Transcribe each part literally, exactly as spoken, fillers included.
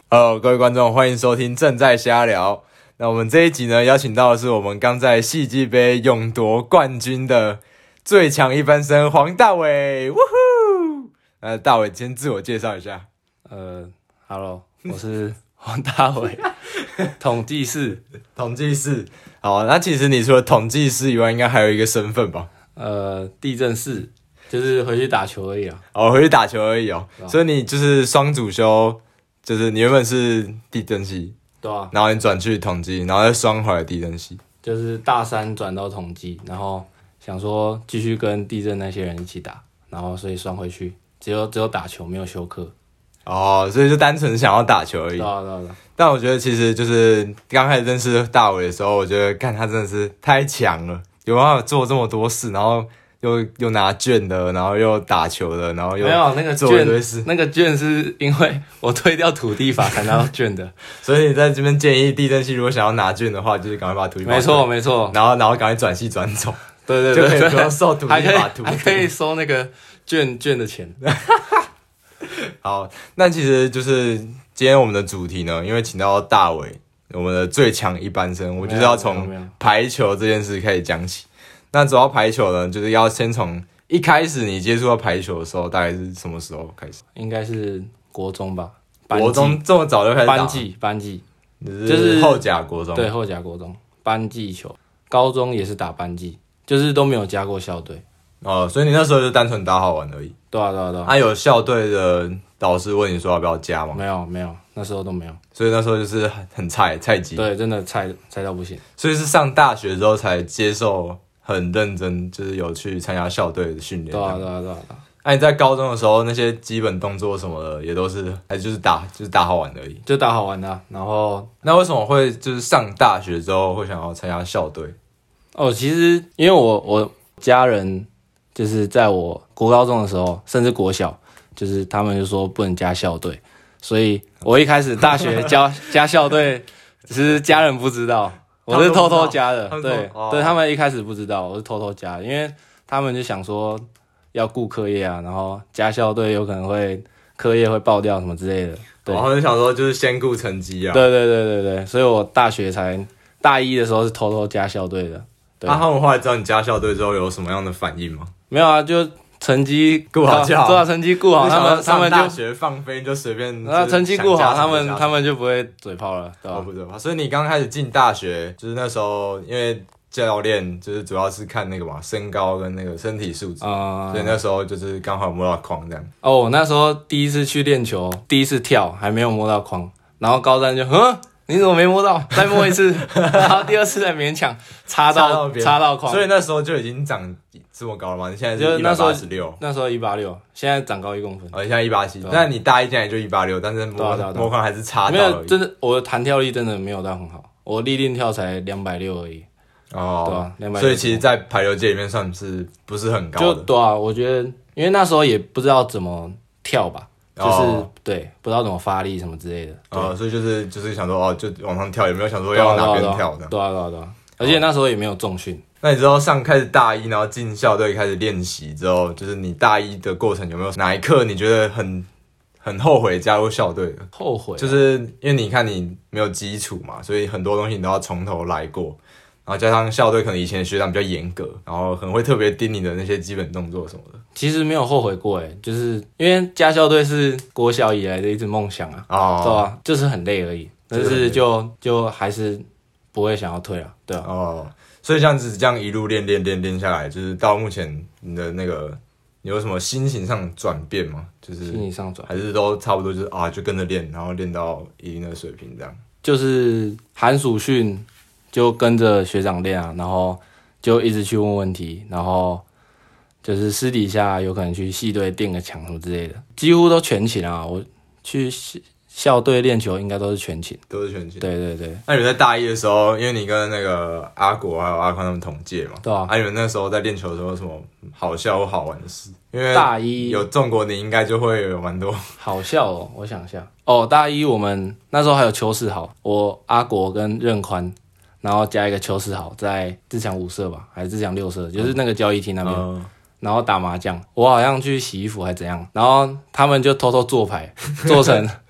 Hello， 各位观众，欢迎收听正在瞎聊。那我们这一集呢，邀请到的是我们刚在系际杯勇夺冠军的最强一班生黄大炜，呜呼！呃，大炜先自我介绍一下。 呃 ，Hello， 我是黄大炜，统计师。 统计师。好，那其实你除了统计师以外，应该还有一个身份吧？ 呃，地震师，就是回去打球而已啊。 哦，回去打球而已哦。所以你就是双主修，就是你原本是地震系。 对啊， 然后你转去统计，然后再双回来地震系， 就是大三转到统计，然后想说继续跟地震那些人一起打，然后所以双回去，只有只有打球，没有修课。 哦，所以就单纯想要打球而已。 对啊，对啊，对啊。 但我觉得其实就是刚开始认识大炜的时候，我觉得干他真的是太强了，有办法做这么多事，然后又又拿卷的，然后又打球的，然后又没有那个卷，那个卷是因为我退掉土地法才拿到卷的， 所以你在这边建议地震系如果想要拿卷的话，就是赶快把土地法， 没错没错， 然后然后赶快转系转走， 对对对， 就可以不用受土地法荼毒， 还可以收那个卷卷的钱。 好，那其实就是今天我们的主题呢，因为请到大炜，我们的最强一班生，我就是要从排球这件事开始讲起。那主要排球呢，就是要先从一开始你接触到排球的时候，大概是什么时候开始？ 应该是国中吧。 国中这么早就开始打？ 班级班级， 就是后甲国中。 对，后甲国中班级球。高中也是打班级，就是都没有加过校队。 哦，所以你那时候就单纯打好玩而已。 对啊，对啊，对啊。 啊，有校队的导师问你说要不要加吗？ 没有，没有，那时候都没有。 所以那时候就是很很菜菜鸡。 对，真的菜菜到不行。 所以是上大学之后才接受很认真，就是有去参加校队的训练。 对啊，对啊，对啊。 那、啊、你在高中的时候，那些基本动作什么的也都是，还就是打就是打好玩而已， 就打好玩的、啊。然后， 那为什么会就是上大学之后会想要参加校队？ 哦，其实因为我我家人就是在我国高中的时候，甚至国小，就是他们就说不能加校队，所以我一开始大学加加校队，只是家人不知道，我是偷偷加的，对、哦、对，他们一开始不知道，我是偷偷加的，因为他们就想说要顾课业啊，然后加校队有可能会课业会爆掉什么之类的，对， 然后就想说就是先顾成绩啊， 对对对对对，所以我大学才大一的时候是偷偷加校队的。 那、啊、他们后来知道你加校队之后有什么样的反应吗？ 没有啊，就成绩顾好就好， 做好成绩顾好，他们他们就大学放飞就随便， 那成绩顾好，他们他们就不会嘴炮了，对吧？ 哦、不嘴炮。所以你刚开始进大学，就是那时候因为教练就是主要是看那个嘛身高跟那个身体素质，嗯、所以那时候就是刚好摸到框这样。 哦，我那时候第一次去练球，第一次跳还没有摸到框，然后高三就嗯。你怎么没摸到？再摸一次，然后第二次再勉强插到插到框， 所以那时候就已经长这么高了吗？你现在是一百八十六， 那时候一百八十六，现在长高一公分。 哦，现在一百八十七，但你大一进来就一百八十六，但是摸摸框还是插到没有，真的我的弹跳力真的没有到很好，我立定跳才两百六而已。 哦，对啊，两百六。 所以其实，在排球界里面算是不是很高的。 就对啊，我觉得，因为那时候也不知道怎么跳吧。就是、哦、对，不知道怎么发力什么之类的， 哦，所以就是就是想说哦，就往上跳，有没有想说要往哪边跳的？ 对啊对啊对啊，而且那时候也没有重训。 那你知道上开始大一，然后进校队开始练习之后，就是你大一的过程有没有哪一刻你觉得很很后悔加入校队的？ 后悔、啊， 就是因为你看你没有基础嘛，所以很多东西你都要从头来过。然后加上校队可能以前学长比较严格，然后可能会特别盯你的那些基本动作什么的。 其实没有后悔过诶，就是因为加校队是国小以来的一直梦想啊，哦，对吧？就是很累而已，但是就就还是不会想要退啊，对啊。 哦，所以这样子这样一路练练练练下来，就是到目前你的那个，你有什么心情上转变吗？就是心情上转， 还是都差不多，就是啊，就跟着练，然后练到一定的水平这样。 就是寒暑训。就跟着学长练啊，然后就一直去问问题，然后就是私底下有可能去系队垫个墙什么之类的，几乎都全勤啊。我去校队练球应该都是全勤， 都是全勤。 对对对。 那你们在大一的时候，因为你跟那个阿国还有阿宽他们同届嘛， 对啊。 啊，你们那时候在练球的时候有什么好笑或好玩的事？因为大一有中国，你应该就会有蛮多好笑哦。我想一下，哦，大一我们那时候还有邱世豪，我阿国跟任宽。然后加一个邱世豪在自强五社吧，还是自强六社，就是那个交易厅那边。嗯、然后打麻将，我好像去洗衣服还怎样，然后他们就偷偷做牌，做成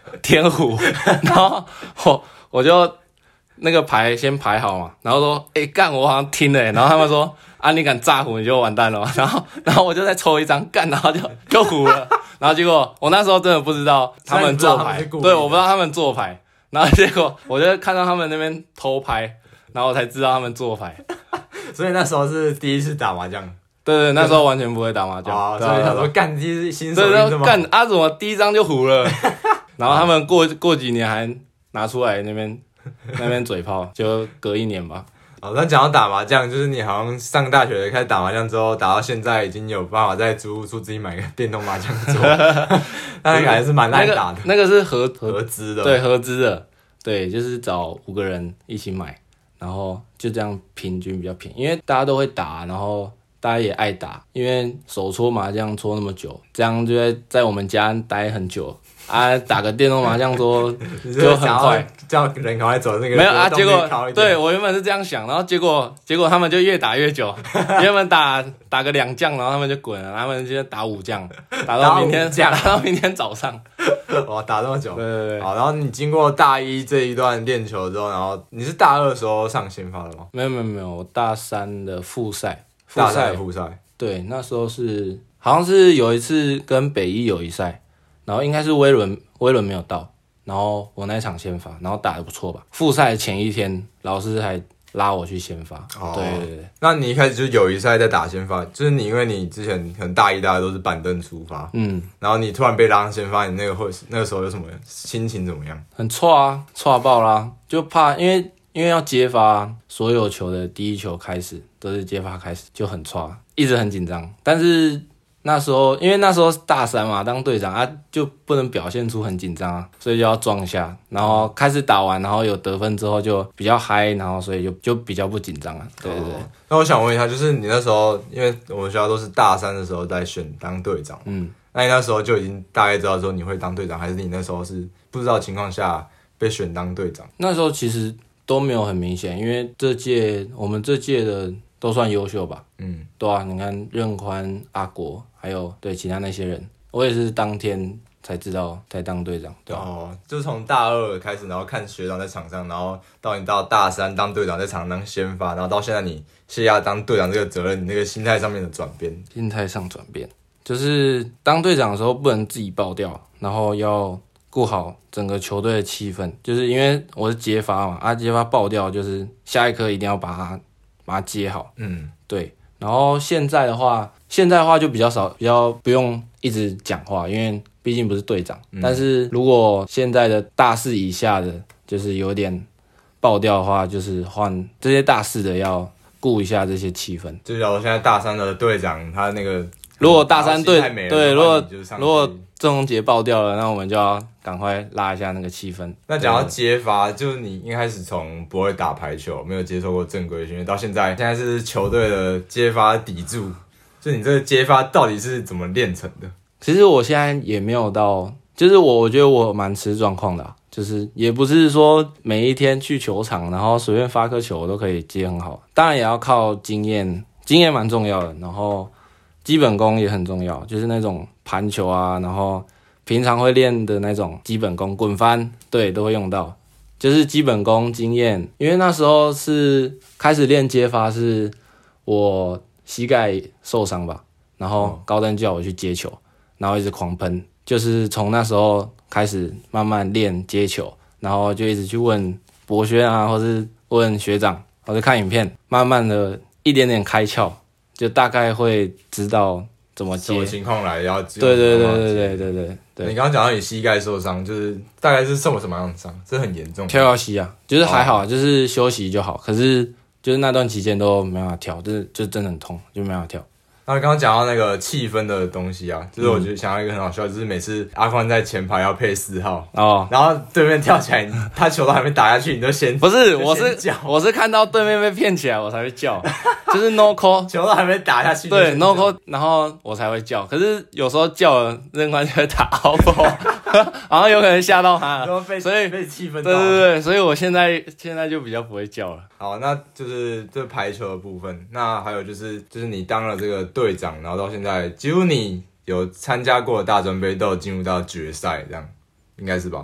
天胡，然后我我就那个牌先排好嘛，然后说，哎、欸、干，我好像听了、欸，然后他们说，啊你敢炸胡你就完蛋了嘛，然后然后我就再抽一张干，然后就就胡了，然后结果我那时候真的不知道他们做牌，对，我不知道他们做牌，然后结果我就看到他们那边偷拍，然后我才知道他们做牌， 所以那时候是第一次打麻将。 对对，那时候完全不会打麻将， 哦，所以他说干第一新手对对干啊怎么第一张就胡了，然后他们过过几年还拿出来那边那边嘴炮，就隔一年吧。 哦，那讲到打麻将，就是你好像上大学开始打麻将之后，打到现在已经有办法再租出自己买个电动麻将桌，那还是蛮爱打的。 那个、那个是合合资的， 对，合资的，对，就是找五个人一起买，然后就这样平均比较便宜，因为大家都会打，然后大家也爱打，因为手搓麻将搓那么久，这样就会在我们家待很久。啊，打个电动麻将桌就很快， 叫人赶快走那个没有啊？结果对我原本是这样想，然后结果结果他们就越打越久，原本打打个两将，然后他们就滚了，他们就打五将，打到明天打到明天早上。 哇，打这么久， 对对对。 好，然后你经过大一这一段练球之后，然后你是大二的时候上先发的吗？ 没有没有没有，我大三的复赛， 大赛复赛， 对，那时候是好像是有一次跟北一友谊赛。然后应该是威伦，威伦没有到，然后我那一场先发，然后打得不错吧。复赛前一天，老师还拉我去先发。哦，对对对。 那你一开始就是友谊赛在打先发，就是你因为你之前可能大一、大二都是板凳出发，嗯，然后你突然被拉上先发，你那个会那个时候有什么心情怎么样？ 很挫啊，挫爆啦，就怕因为因为要接发，所有球的第一球开始都是接发开始，就很挫，一直很紧张，但是。那时候，因为那时候是大三嘛，当队长啊，就不能表现出很紧张啊，所以就要装一下。然后开始打完，然后有得分之后就比较嗨，然后所以就就比较不紧张了。对对对、哦。 那我想问一下，就是你那时候，因为我们学校都是大三的时候在选当队长，嗯，那你那时候就已经大概知道说你会当队长，还是你那时候是不知道情况下被选当队长？ 那时候其实都没有很明显，因为这届我们这届的都算优秀吧。嗯，对啊，你看任宽、阿国。还有对其他那些人，我也是当天才知道才当队长。对哦，就是从大二开始，然后看学长在场上，然后到你到大三当队长在场上当先发，然后到现在你卸下当队长这个责任，你那个心态上面的转变。 心态上转变，就是当队长的时候不能自己爆掉，然后要顾好整个球队的气氛。就是因为我是接发嘛，啊接发爆掉，就是下一颗一定要把它把它接好。嗯，对。然后现在的话，现在的话就比较少，比较不用一直讲话，因为毕竟不是队长。嗯、但是如果现在的大四以下的，就是有点爆掉的话，就是换这些大四的要顾一下这些气氛。 就假如现在大三的队长，他那个如果大三队对，如果如果郑宏杰爆掉了，那我们就要赶快拉一下那个气氛。 那讲到接发，就是你一开始从不会打排球，没有接受过正规训练，到现在现在是球队的接发砥柱，就你这个接发到底是怎么练成的？ 其实我现在也没有到，就是我我觉得我蛮吃状况的、啊，就是也不是说每一天去球场，然后随便发颗球我都可以接很好，当然也要靠经验，经验蛮重要的，然后基本功也很重要，就是那种盘球啊，然后平常会练的那种基本功，滚翻，对，都会用到，就是基本功经验。因为那时候是开始练接发，是我膝盖受伤吧，然后高登叫我去接球，然后一直狂喷，就是从那时候开始慢慢练接球，然后就一直去问博轩啊，或是问学长，或者看影片，慢慢的一点点开窍，就大概会知道怎么接， 什么情况来要接。 对对对对对对对对。 你刚刚讲到你膝盖受伤，就是大概是受了什么样的伤？这很严重。 跳跳膝啊，就是还好，哦、就是休息就好。可是就是那段期间都没办法跳，就是就真的很痛，就没办法跳。 那刚刚讲到那个气氛的东西啊，就是我觉得想到一个很好笑，就是每次阿宽在前排要配四号哦，然后对面跳起来，他球都还没打下去，你就先不是，我是我是看到对面被骗起来，我才会叫，就是 no call， 球都还没打下去， 对 no call， 然后我才会叫。可是有时候叫了，任宽就会打 out ball， 然后有可能吓到他，所以被气氛到。 对对对，所以我现在现在就比较不会叫了。 好，那就是这排球的部分，那还有就是就是你当了这个队长，然后到现在几乎你有参加过的大专杯都有进入到决赛，这样应该是吧？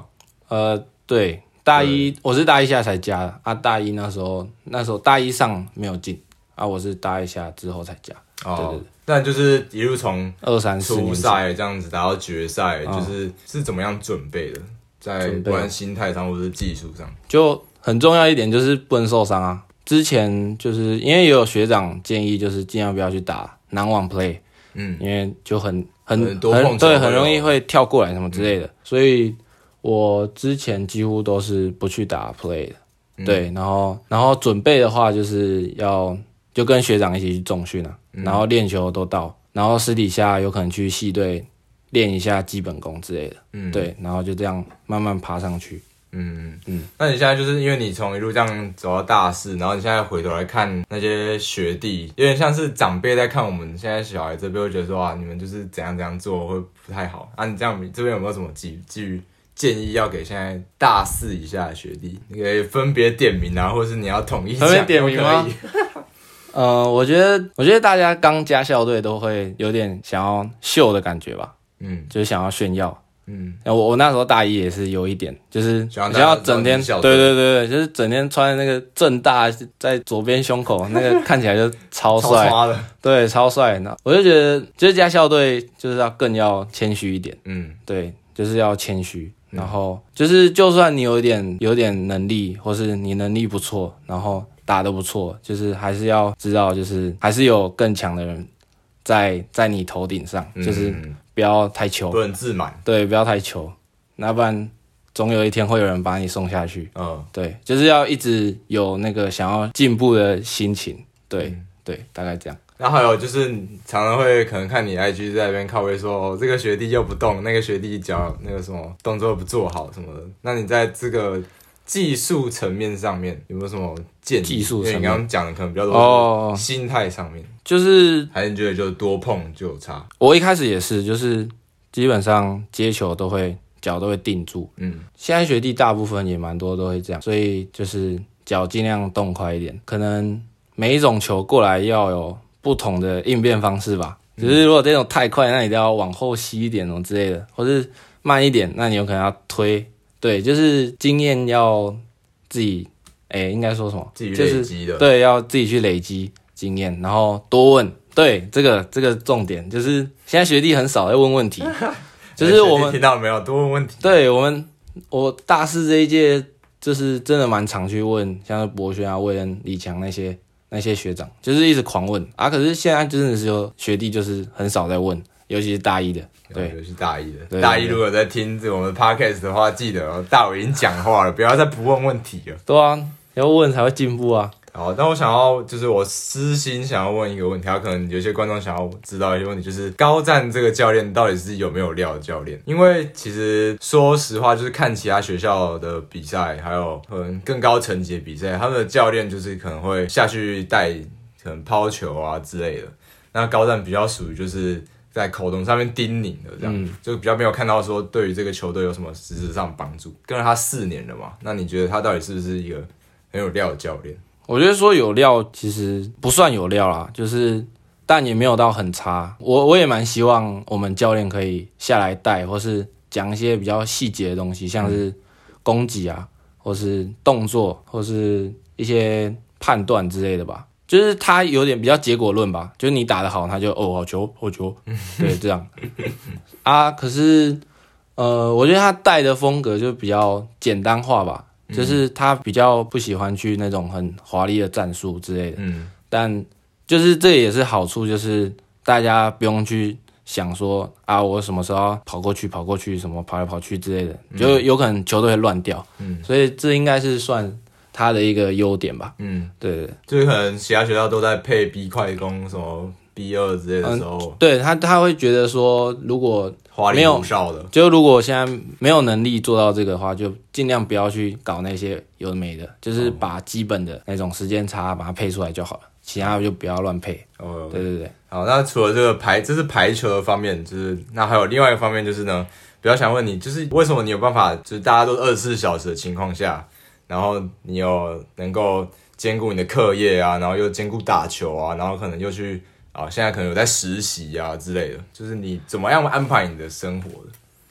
呃，对，大一我是大一下才加的啊，大一那时候那时候大一上没有进啊，我是大一下之后才加。哦，对对对， 那就是一路从二三四初赛这样子打到决赛，哦、就是是怎么样准备的？在不管心态上或是技术上， 就很重要一点就是不能受伤啊。之前就是因为也有学长建议，就是尽量不要去打难网 play， 嗯，因为就很很很多碰球， 对，很容易会跳过来什么之类的，嗯、所以我之前几乎都是不去打 play 的，嗯、对，然后然后准备的话就是要就跟学长一起去重训啊，嗯、然后练球都到，然后私底下有可能去系队练一下基本功之类的，嗯，对，然后就这样慢慢爬上去。 嗯嗯，那你现在就是因为你从一路这样走到大四，然后你现在回头来看那些学弟，有点像是长辈在看我们现在小孩这边，会觉得说啊，你们就是怎样怎样做会不太好啊。你这样这边有没有什么基基于建议要给现在大四以下的学弟？你可以分别点名啊，或者是你要统一讲， 分别点名吗？呃，我觉得我觉得大家刚加校队都会有点想要秀的感觉吧，嗯，就是想要炫耀。嗯，我我那时候大一也是有一点，就是想要整天，对对对对，就是整天穿那个正大在左边胸口那个看起来就超帅，对，超帅。那我就觉得，就是加校队就是要更要谦虚一点，嗯，对，就是要谦虚。然后就是就算你有点有点能力，或是你能力不错，然后打得不错，就是还是要知道，就是还是有更强的人在在你头顶上，就是。不要太求， 不能自满。 对，不要太求，那不然总有一天会有人把你送下去。嗯，对，就是要一直有那个想要进步的心情。对、嗯、对，大概这样。 然后还有就是常常会可能看你 I G 在那边靠背说，哦，这个学弟又不动，那个学弟脚那个什么动作不做好什么的。那你在这个技术层面上面有没有什么建议？ 技术层面， 因为你刚刚讲的可能比较多是心态上面。哦， 就是还是你觉得就多碰就有差？ 我一开始也是，就是基本上接球都会脚都会定住。嗯，现在学弟大部分也蛮多都会这样，所以就是脚尽量动快一点。可能每一种球过来要有不同的应变方式吧。只是如果这种太快，那你都要往后吸一点什么之类的，或是慢一点，那你有可能要推。对，就是经验要自己，哎、欸，应该说什么？ 自己累积的。 就是、对，要自己去累积经验，然后多问。对，这个这个重点就是现在学弟很少在问问题，就是我们听到没有，多问问题。 对，我们我大四这一届就是真的蛮常去问，像是博轩啊、魏恩、李强那些那些学长，就是一直狂问啊。可是现在真的是有学弟就是很少在问，尤其是大一的。对， 尤其是大一的。大一如果在听我们的 podcast 的话，记得、哦、大伟已经讲话了，不要再不问问题了。 对啊，要问才会进步啊。 好，但我想要就是我私心想要问一个问题，他可能有些观众想要知道一些问题，就是高战这个教练到底是有没有料的教练？因为其实说实话，就是看其他学校的比赛，还有可能更高层级的比赛，他们的教练就是可能会下去带可能抛球啊之类的。那高战比较属于就是在口头上面叮咛的这样，嗯、就比较没有看到说对于这个球队有什么实质上的帮助。跟了他四年了嘛，那你觉得他到底是不是一个很有料的教练？ 我觉得说有料其实不算有料啦，就是但也没有到很差。我我也蛮希望我们教练可以下来带，或是讲一些比较细节的东西，像是攻击啊，或是动作，或是一些判断之类的吧。就是他有点比较结果论吧，就是你打得好，他就哦好球好球，对这样啊。可是呃，我觉得他带的风格就比较简单化吧。就是他比较不喜欢去那种很华丽的战术之类的，嗯，但就是这也是好处，就是大家不用去想说啊，我什么时候要跑过去跑过去，什么跑来跑去之类的，嗯、就有可能球队会乱掉，嗯，所以这应该是算他的一个优点吧，嗯，对对， 就是可能其他学校都在配 B 快攻什么 B 二之类的时候， 嗯、对他他会觉得说，如果花里胡哨的， 就如果现在没有能力做到这个的话，就尽量不要去搞那些有的没的，就是把基本的那种时间差把它配出来就好了，其他就不要乱配。哦，对对对。 好，那除了这个排，这是排球的方面，就是那还有另外一个方面就是呢，比较想问你，就是为什么你有办法，就是大家都二十四小时的情况下，然后你有能够兼顾你的课业啊，然后又兼顾打球啊，然后可能又去。啊，现在可能有在实习啊之类的，就是你怎么样安排你的生活的？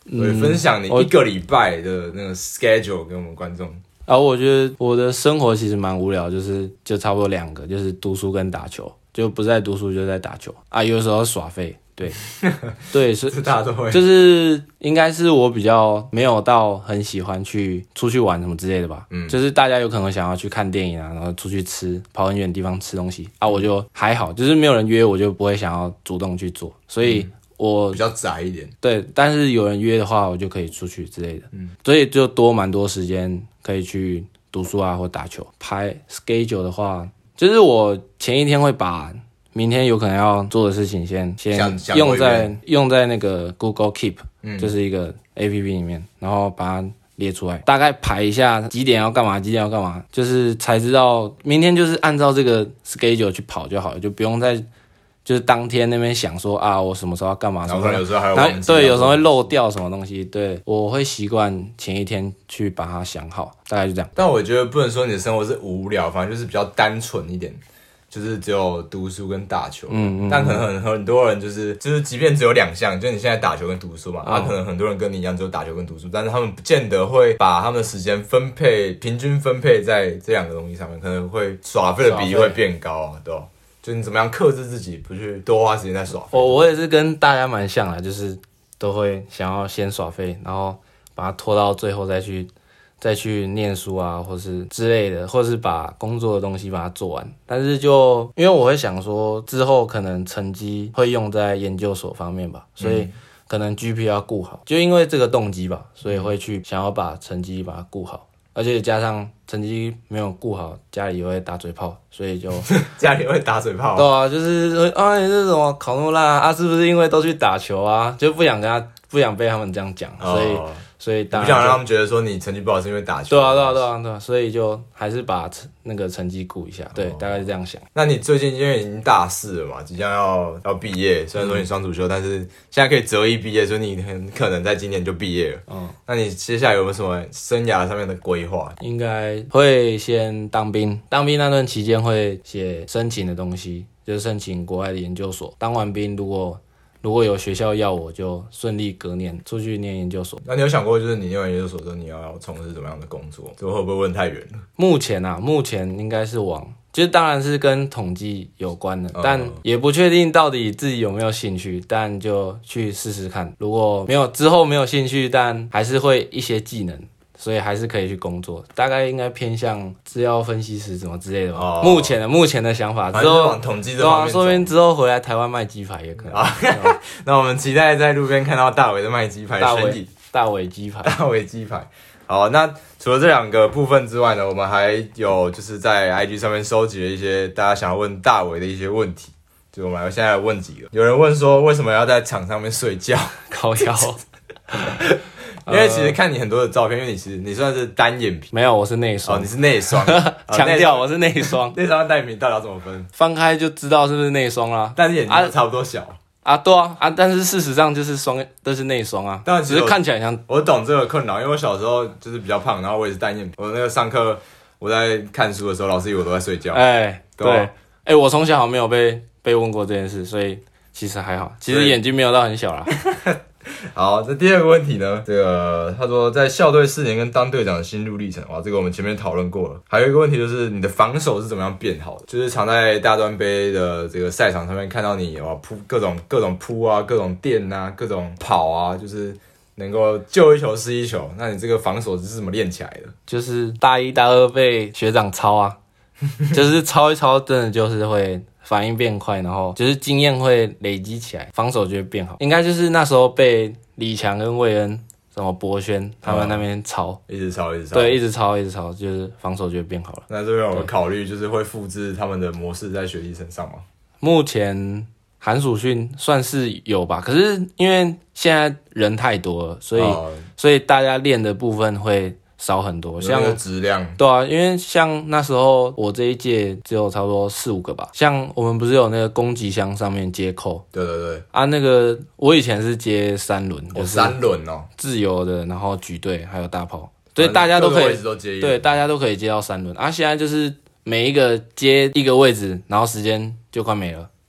对，嗯、分享你一个礼拜的那个 schedule 给我们观众。 啊，我觉得我的生活其实蛮无聊，就是就差不多两个，就是读书跟打球，就不在读书就在打球啊，有时候耍废。对，对，是大家都会， 就是应该是我比较没有到很喜欢去出去玩什么之类的吧。嗯，就是大家有可能想要去看电影啊，然后出去吃，跑很远的地方吃东西啊，我就还好，就是没有人约，我就不会想要主动去做，所以我、 嗯、比较宅一点。 对，但是有人约的话，我就可以出去之类的。嗯，所以就多蛮多时间可以去读书啊，或打球。排 schedule 的话，就是我前一天会把明天有可能要做的事情先先用在用在那个 Google Keep，嗯，就是一个 A P P 里面，然后把它列出来，大概排一下几点要干嘛，几点要干嘛，就是才知道明天就是按照这个 schedule 去跑就好了，就不用再就是当天那边想说啊我什么时候要干嘛， 然后有时候还会忘记， 对，有时候会漏掉什么东西，对，我会习惯前一天去把它想好，大概就这样。 但我觉得不能说你的生活是无聊，反正就是比较单纯一点。就是只有读书跟打球，嗯嗯，但可能很很多人就是就是，即便只有两项，就你现在打球跟读书嘛，啊、嗯，可能很多人跟你一样只有打球跟读书，但是他们不见得会把他们的时间分配平均分配在这两个东西上面，可能会耍废的比例会变高啊，对吧？就你怎么样克制自己，不去多花时间在耍废。 我我也是跟大家蛮像的，就是都会想要先耍废，然后把它拖到最后再去。再去念书啊，或是之类的，或是把工作的东西把它做完。但是就因为我会想说，之后可能成绩会用在研究所方面吧，所以可能 G P A 要顾好，就因为这个动机吧，所以会去想要把成绩把它顾好。而且加上成绩没有顾好，家里也会打嘴炮，所以就家里会打嘴炮。 对啊，就是啊，你这怎么考那么烂啊？啊，是不是因为都去打球啊？就不想跟他，不想被他们这样讲，所以。哦所以当然不想让他们觉得说你成绩不好是因为打球。 对啊，对啊，对啊，对啊，所以就还是把那个成绩顾一下。对，哦、大概是这样想。 那你最近因为已经大四了嘛，即将要要毕业，虽然说你双主修，嗯、但是现在可以择一毕业，所以你很可能在今年就毕业了。嗯，那你接下来有没有什么生涯上面的规划？ 应该会先当兵，当兵那段期间会写申请的东西，就是申请国外的研究所。当完兵如果如果有学校要我，就顺利隔年出去念研究所。 那你有想过，就是你念完研究所之后，你要从事怎么样的工作？这会不会问太远了？ 目前啊，目前应该是往，就是当然是跟统计有关的，嗯、但也不确定到底自己有没有兴趣，但就去试试看。如果没有之后没有兴趣，但还是会一些技能。所以还是可以去工作，大概应该偏向资料分析师什么之类的吧。哦、目前的目前的想法，之后往统计这方面走， 说不定之后回来台湾卖鸡排也可能。啊、 那我们期待在路边看到大伟的卖鸡排的身影。 大伟鸡排， 大伟鸡排。好，那除了这两个部分之外呢，我们还有就是在 I G 上面收集了一些大家想要问大伟的一些问题，就我们现在来问几个。有人问说，为什么要在场上面睡觉？ 靠腰。 因为其实看你很多的照片，因为你其实你算是单眼皮， 没有，我是内双。 哦，你是内双， 强调我是内双。 内双和单眼皮到底要怎么分？ 翻开就知道是不是内双啦。 但是眼睛都差不多小啊，啊对啊啊，但是事实上就是双都是内双啊， 但只是看起来像。 我懂这个困扰，因为我小时候就是比较胖，然后我也是单眼皮。我那个上课我在看书的时候，老师以为我都在睡觉。 哎、欸，对，哎、欸，我从小好像没有被被问过这件事，所以其实还好，其实眼睛没有到很小啦。 好，这第二个问题呢，这个他说在校队四年跟当队长的心路历程，哇，这个我们前面讨论过了。还有一个问题就是你的防守是怎么样变好的？就是常在大专杯的这个赛场上面看到你哇扑各种各种扑啊，各种垫啊，各种跑啊，就是能够救一球是一球。那你这个防守是怎么练起来的？ 就是大一大二被学长抄啊，就是抄一抄，真的就是会。反应变快，然后就是经验会累积起来，防守就会变好。应该就是那时候被李强跟魏恩、什么博轩他们那边抄、 嗯，一直抄，一直抄， 对，一直抄，一直抄，就是防守就会变好了。 那这边我们考虑就是会复制他们的模式在学弟身上吗？ 目前寒暑训算是有吧，可是因为现在人太多了，所以、哦、所以大家练的部分会。少很多，像那个质量， 对啊，因为像那时候我这一届只有差不多四五个吧。像我们不是有那个攻击箱上面接扣， 对对对， 啊，那个我以前是接三轮， 哦，三轮哦， 自由的，然后举队还有大炮，所以大家都可以， 都接对，大家都可以接到三轮。啊，现在就是每一个接一个位置，然后时间就快没了。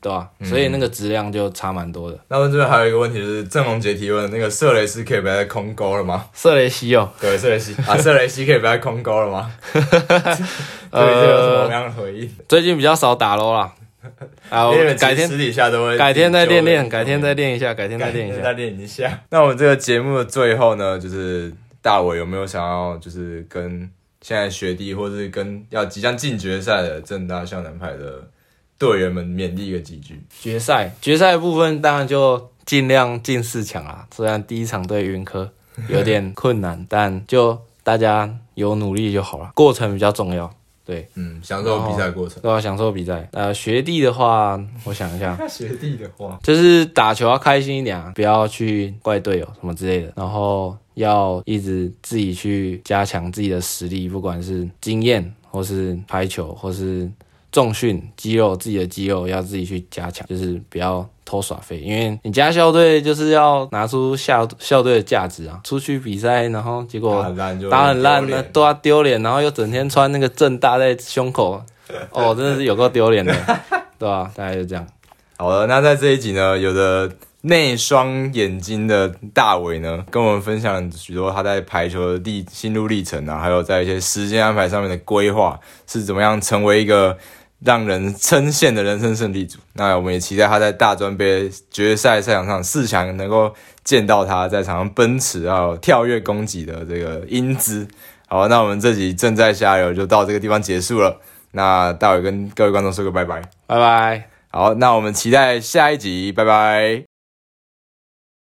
对吧、啊？所以那个质量就差蛮多的。 那么这边还有一个问题就是郑龙杰提问，那个色雷斯可以不要再空勾了吗？ 色雷西哦， 对，色雷西啊，色雷西可以不要再空勾了吗？对，这有什么样的回应？ 最近比较少打咯啦。啊，我改天私底下都会， 改天再练练，改天再练一下，改天再练一下， 再练一下。那我们这个节目的最后呢，就是大伟有没有想要，就是跟现在学弟，或是跟要即将进决赛的政大校南派的队员们勉励个几句？ 决赛，决赛的部分当然就尽量进四强啦。虽然第一场对云科有点困难，但就大家有努力就好了，过程比较重要。对， 嗯，享受比赛过程， 对啊，享受比赛。呃，学弟的话，我想一下， 学弟的话， 就是打球要开心一点啊，不要去怪队友什么之类的，然后要一直自己去加强自己的实力，不管是经验，或是排球，或是重训肌肉，自己的肌肉要自己去加强，就是不要偷耍废，因为你加校队就是要拿出校校队的价值啊！出去比赛，然后结果打很烂呢，都要丢脸，然后又整天穿那个正大在胸口，哦，真的是有够丢脸的，对吧、啊？大概就这样。 好了，那在这一集呢，有的内双眼睛的大伟呢，跟我们分享许多他在排球的历心路历程啊，还有在一些时间安排上面的规划，是怎么样成为一个让人称羡的人生胜利组。那我们也期待他在大专杯决赛赛场上四强能够见到他在场上奔驰还有跳跃攻击的这个英姿。好，那我们这集正在加油就到这个地方结束了。那大伟跟各位观众说个拜拜， 拜拜。 好，那我们期待下一集，拜拜。